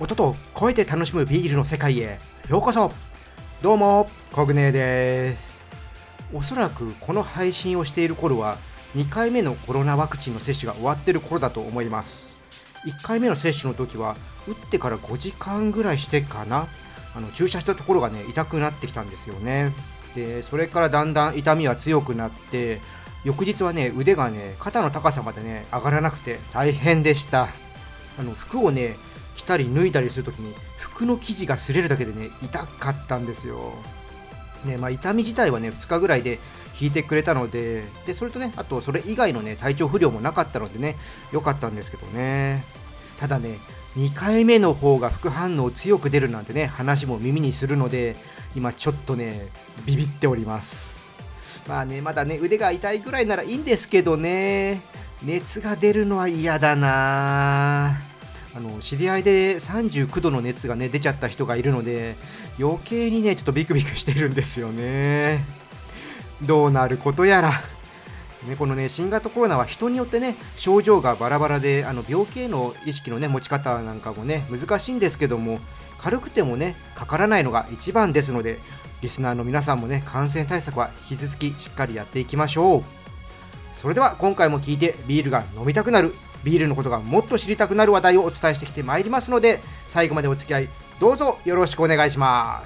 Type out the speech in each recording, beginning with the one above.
音と声で楽しむビールの世界へようこそ。どうもコグネです。おそらくこの配信をしている頃は2回目のコロナワクチンの接種が終わっている頃だと思います。1回目の接種の時は打ってから5時間ぐらいしてかな、注射したところがね痛くなってきたんですよね。でそれからだんだん痛みは強くなって、翌日はね腕がね肩の高さまでね上がらなくて大変でした。服をね着たり脱いだりするときに服の生地が擦れるだけでね痛かったんですよ。痛み自体はね2日ぐらいで引いてくれたので、それとねあとそれ以外のね体調不良もなかったのでね良かったんですけどね。ただね2回目の方が副反応強く出るなんてね話も耳にするので、今ちょっとねビビっております。まだね腕が痛いぐらいならいいんですけどね、熱が出るのは嫌だな。知り合いで39度の熱がね出ちゃった人がいるので、余計にねちょっとビクビクしてるんですよね。どうなることやらこのね新型コロナは人によってね症状がバラバラで、病気への意識のね持ち方なんかもね難しいんですけども、軽くてもねかからないのが一番ですので、リスナーの皆さんもね感染対策は引き続きしっかりやっていきましょう。それでは今回も聞いてビールが飲みたくなる、ビールのことがもっと知りたくなる話題をお伝えしてきてまいりますので、最後までお付き合いどうぞよろしくお願いします。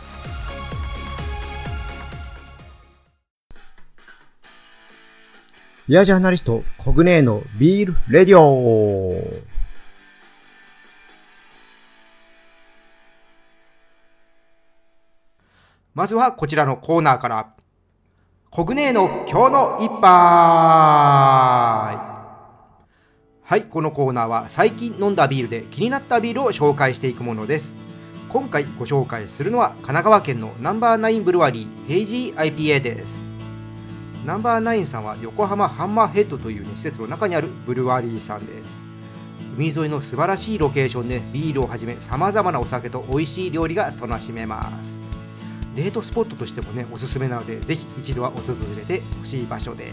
ビアジャーナリストコグネのビールレディオ。 まずはこちらのコーナーから、コグネの今日の一杯。はい、このコーナーは最近飲んだビールで気になったビールを紹介していくものです。今回ご紹介するのは神奈川県のナンバーナインブルワリーヘイジー IPA です。ナンバーナインさんは横浜ハンマーヘッドという、施設の中にあるブルワリーさんです。海沿いの素晴らしいロケーションでビールをはじめ様々なお酒と美味しい料理が楽しめます。デートスポットとしてもねおすすめなので、ぜひ一度は訪れてほしい場所です。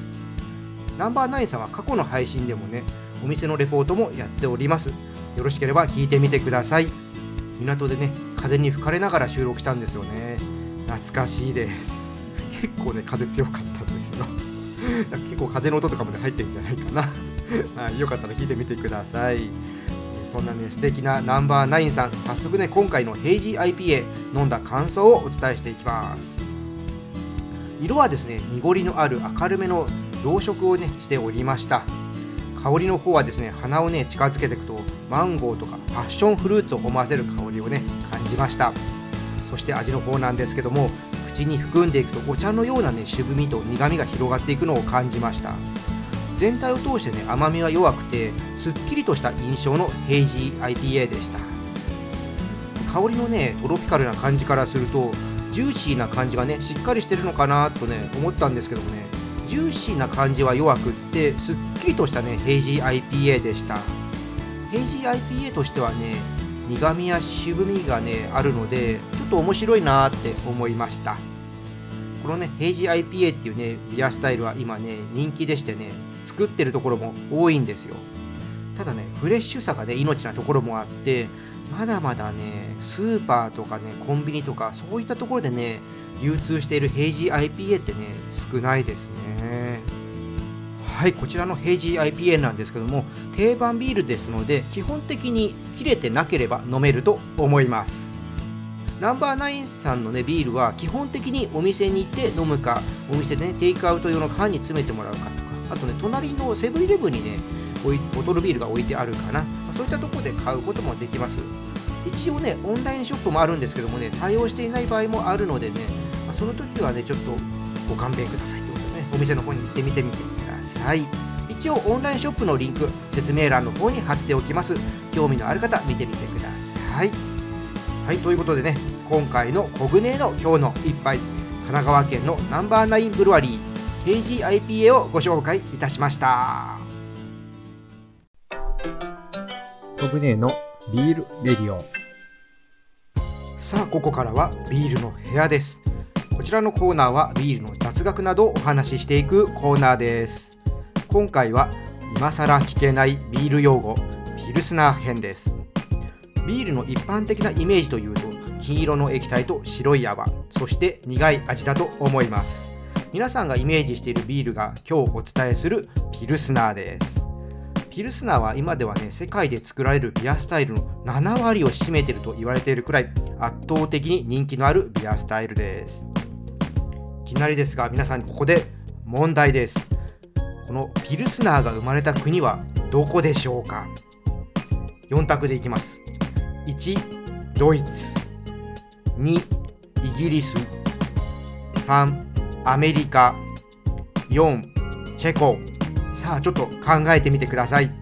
ナンバーナインさんは過去の配信でもねお店のレポートもやっております。よろしければ聞いてみてください。港でね風に吹かれながら収録したんですよね。懐かしいです。結構ね風強かったんですよ。結構風の音とかもね入ってるんじゃないかな。はい、よかったら聞いてみてください。そんなね素敵なナンバーナインさん、早速ね今回のヘイジー IPA 飲んだ感想をお伝えしていきます。色はですね濁りのある明るめの同色をねしておりました。香りの方はですね鼻をね近づけていくとマンゴーとかパッションフルーツを思わせる香りをね感じました。そして味の方なんですけども、口に含んでいくとお茶のようなね渋みと苦みが広がっていくのを感じました。全体を通してね甘みは弱くてすっきりとした印象のヘイジー IPA でした。香りのねトロピカルな感じからするとジューシーな感じがねしっかりしてるのかなとね思ったんですけどもね、ジューシーな感じは弱くってすっきりとしたねヘイジー IPA でした。ヘイジー IPA としてはね苦みや渋みがねあるのでちょっと面白いなって思いました。このねヘイジー IPA っていうねビアスタイルは今ね人気でしてね作ってるところも多いんですよ。ただねフレッシュさがね命なところもあって、まだまだねスーパーとかねコンビニとかそういったところでね流通しているヘイジー IPA ってね少ないですね。はい、こちらのヘイジー IPA なんですけども、定番ビールですので基本的に切れてなければ飲めると思います。ナンバーナインさんのねビールは基本的にお店に行って飲むか、お店でねテイクアウト用の缶に詰めてもらうかとか、あとね隣のセブンイレブンにねボトルビールが置いてあるかな、そういったところで買うこともできます。一応ねオンラインショップもあるんですけどもね対応していない場合もあるのでね、その時はねちょっとご勘弁くださいということでね、お店の方に行ってみてください。一応オンラインショップのリンク説明欄の方に貼っておきます。興味のある方見てみてください。はい、ということでね今回のコグネの今日の一杯、神奈川県のナンバーナインブルワリーヘイジー IPA をご紹介いたしました。 コグネのビールレディオ。 さあここからはビールの部屋です。こちらのコーナーはビールの雑学などをお話ししていくコーナーです。今回は今更聞けないビール用語ピルスナー編です。 ビールの一般的なイメージというと、金色の液体と白い泡、そして苦い味だと思います。皆さんがイメージしているビールが今日お伝えするピルスナーです。ピルスナーは今ではね、世界で作られるビアスタイルの7割を占めていると言われているくらい圧倒的に人気のあるビアスタイルです。いきなりですが、皆さんにここで問題です。このピルスナーが生まれた国はどこでしょうか。4択でいきます。1、ドイツ。2、イギリス。3、アメリカ。4、チェコ。さあちょっと考えてみてください。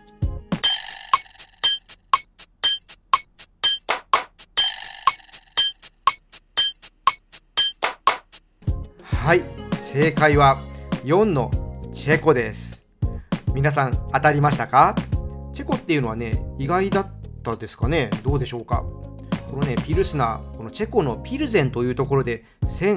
はい、正解は4のチェコです。皆さん当たりましたか？チェコっていうのはね、意外だったですかね。どうでしょうか。このね、ピルスナー、このチェコのピルゼンというところで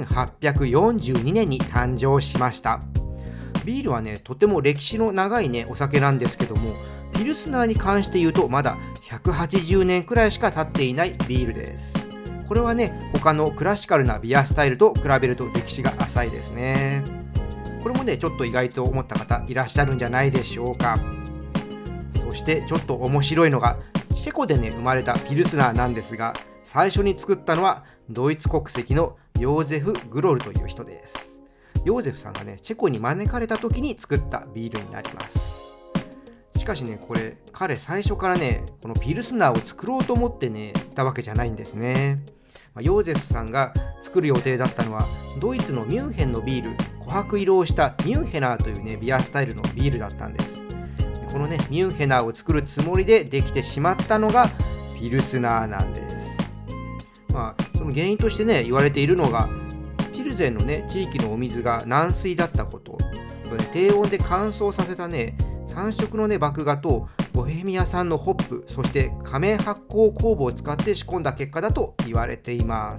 1842年に誕生しました。ビールはね、とても歴史の長いね、お酒なんですけども、ピルスナーに関して言うとまだ180年くらいしか経っていないビールです。これはね、他のクラシカルなビアスタイルと比べると歴史が浅いですね。これもね、ちょっと意外と思った方いらっしゃるんじゃないでしょうか。そしてちょっと面白いのが、チェコでね、生まれたピルスナーなんですが、最初に作ったのはドイツ国籍のヨーゼフ・グロルという人です。ヨーゼフさんがね、チェコに招かれた時に作ったビールになります。しかしね、これ彼最初からね、このピルスナーを作ろうと思ってね、いたわけじゃないんですね。ヨーゼフさんが作る予定だったのはドイツのミュンヘンのビール、琥珀色をしたミュンヘナーというね、ビアスタイルのビールだったんです。このね、ミュンヘナーを作るつもりでできてしまったのがピルスナーなんです。その原因としてね、言われているのが、ピルゼンのね、地域のお水が軟水だったこと、低温で乾燥させたね、単色のね、麦芽とボヘミア産のホップ、そして仮面発酵酵母を使って仕込んだ結果だと言われています。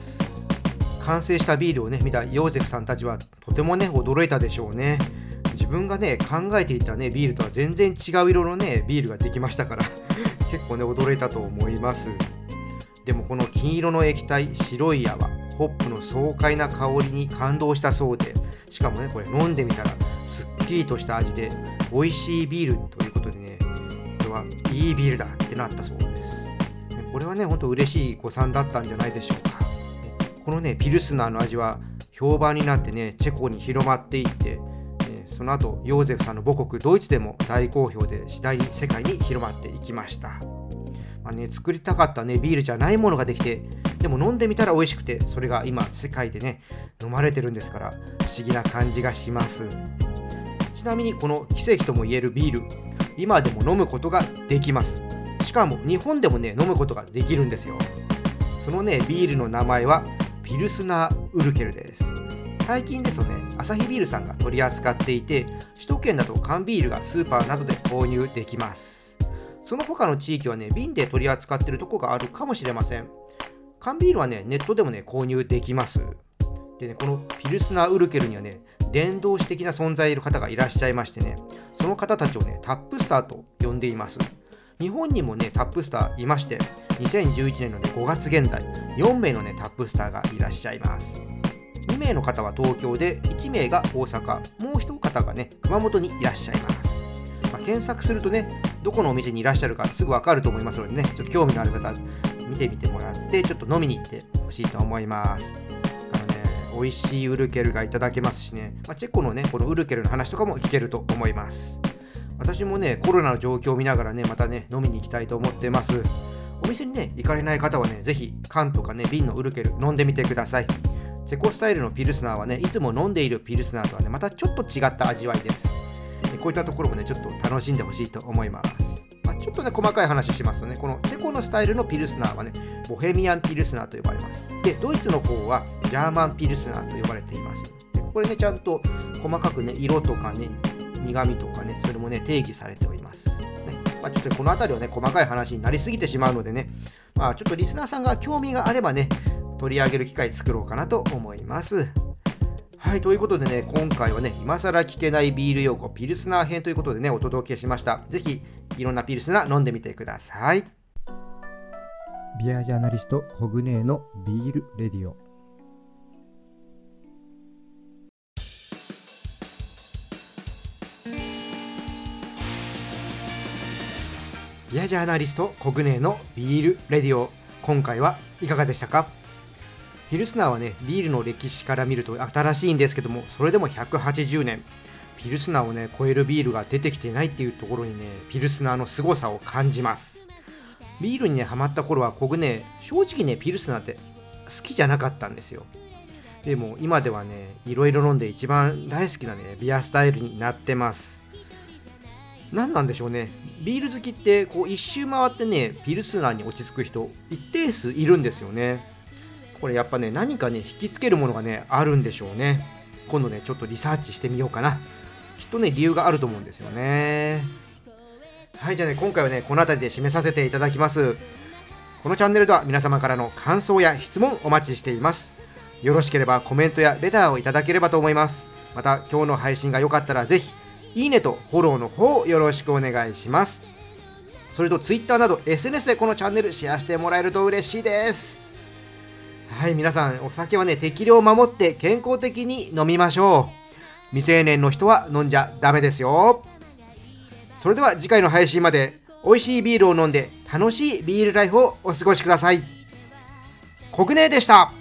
完成したビールをね、見たヨーゼフさんたちはとてもね、驚いたでしょうね。自分がね、考えていたね、ビールとは全然違う色のね、ビールができましたから結構ね、驚いたと思います。でもこの金色の液体、白い泡、ホップの爽快な香りに感動したそうで、しかもね、これ飲んでみたらすっきりとした味で美味しいビールということでね、これはいいビールだってなったそうです。これはね、ほんと嬉しい誤算だったんじゃないでしょうか。このね、ピルスナーの味は評判になってね、チェコに広まっていって、その後ヨーゼフさんの母国ドイツでも大好評で、次第に世界に広まっていきました。作りたかったね、ビールじゃないものができて、でも飲んでみたら美味しくて、それが今世界でね、飲まれてるんですから、不思議な感じがします。ちなみにこの奇跡ともいえるビール、今でも飲むことができます。しかも日本でもね、飲むことができるんですよ。そのね、ビールの名前はピルスナーウルケルです。最近ですとね、アサヒビールさんが取り扱っていて、首都圏だと缶ビールがスーパーなどで購入できます。その他の地域はね、瓶で取り扱っているところがあるかもしれません。缶ビールはね、ネットでもね、購入できます。でね、このピルスナーウルケルにはね、伝道師的な存在の方がいらっしゃいましてね、その方たちをね、タップスターと呼んでいます。日本にもね、タップスターいまして、2011年の、ね、5月現在、4名のね、タップスターがいらっしゃいます。2名の方は東京で、1名が大阪、もう一方がね、熊本にいらっしゃいます。検索するとね、どこのお店にいらっしゃるかすぐわかると思いますのでね、ちょっと興味のある方、見てみてもらって、ちょっと飲みに行ってほしいと思います。美味しいウルケルがいただけますしね、チェコのね、このウルケルの話とかも聞けると思います。私もね、コロナの状況を見ながらね、またね、飲みに行きたいと思ってます。お店にね、行かれない方はね、ぜひ缶とかね、瓶のウルケル飲んでみてください。チェコスタイルのピルスナーはね、いつも飲んでいるピルスナーとはね、またちょっと違った味わいです。こういったところもね、ちょっと楽しんでほしいと思います。ちょっとね、細かい話しますとね、このチェコのスタイルのピルスナーはね、ボヘミアンピルスナーと呼ばれます。で、ドイツの方はジャーマンピルスナーと呼ばれています。で、これね、ちゃんと細かくね、色とかね、苦味とかね、それもね、定義されております。ね、ちょっとこの辺りはね、細かい話になりすぎてしまうのでね、ちょっとリスナーさんが興味があればね、取り上げる機会作ろうかなと思います。はい、ということでね、今回はね、今更聞けないビール用語ピルスナー編ということでね、お届けしました。ぜひ、いろんなピルスナー飲んでみてください。 ビアジャーナリストコグネのビールレディオ。 ビアジャーナリストコグネのビールレディオ、今回はいかがでしたか？ピルスナーはね、ビールの歴史から見ると新しいんですけども、それでも180年、ピルスナーをね超えるビールが出てきてないっていうところにね、ピルスナーの凄さを感じます。ビールにねハマった頃はコグネ、正直ねピルスナーって好きじゃなかったんですよ。でも今ではね、いろいろ飲んで一番大好きなねビアスタイルになってます。何なんでしょうね、ビール好きってこう一周回ってねピルスナーに落ち着く人一定数いるんですよね。これやっぱね、何かね引きつけるものがねあるんでしょうね。今度ねちょっとリサーチしてみようかな。きっとね理由があると思うんですよね。はい、じゃあね今回はねこの辺りで締めさせていただきます。このチャンネルでは皆様からの感想や質問お待ちしています。よろしければコメントやレターをいただければと思います。また今日の配信が良かったらぜひいいねとフォローの方よろしくお願いします。それと Twitter など SNS でこのチャンネルシェアしてもらえると嬉しいです。はい、皆さんお酒はね適量を守って健康的に飲みましょう。未成年の人は飲んじゃダメですよ。それでは次回の配信まで美味しいビールを飲んで楽しいビールライフをお過ごしください。コグネでした。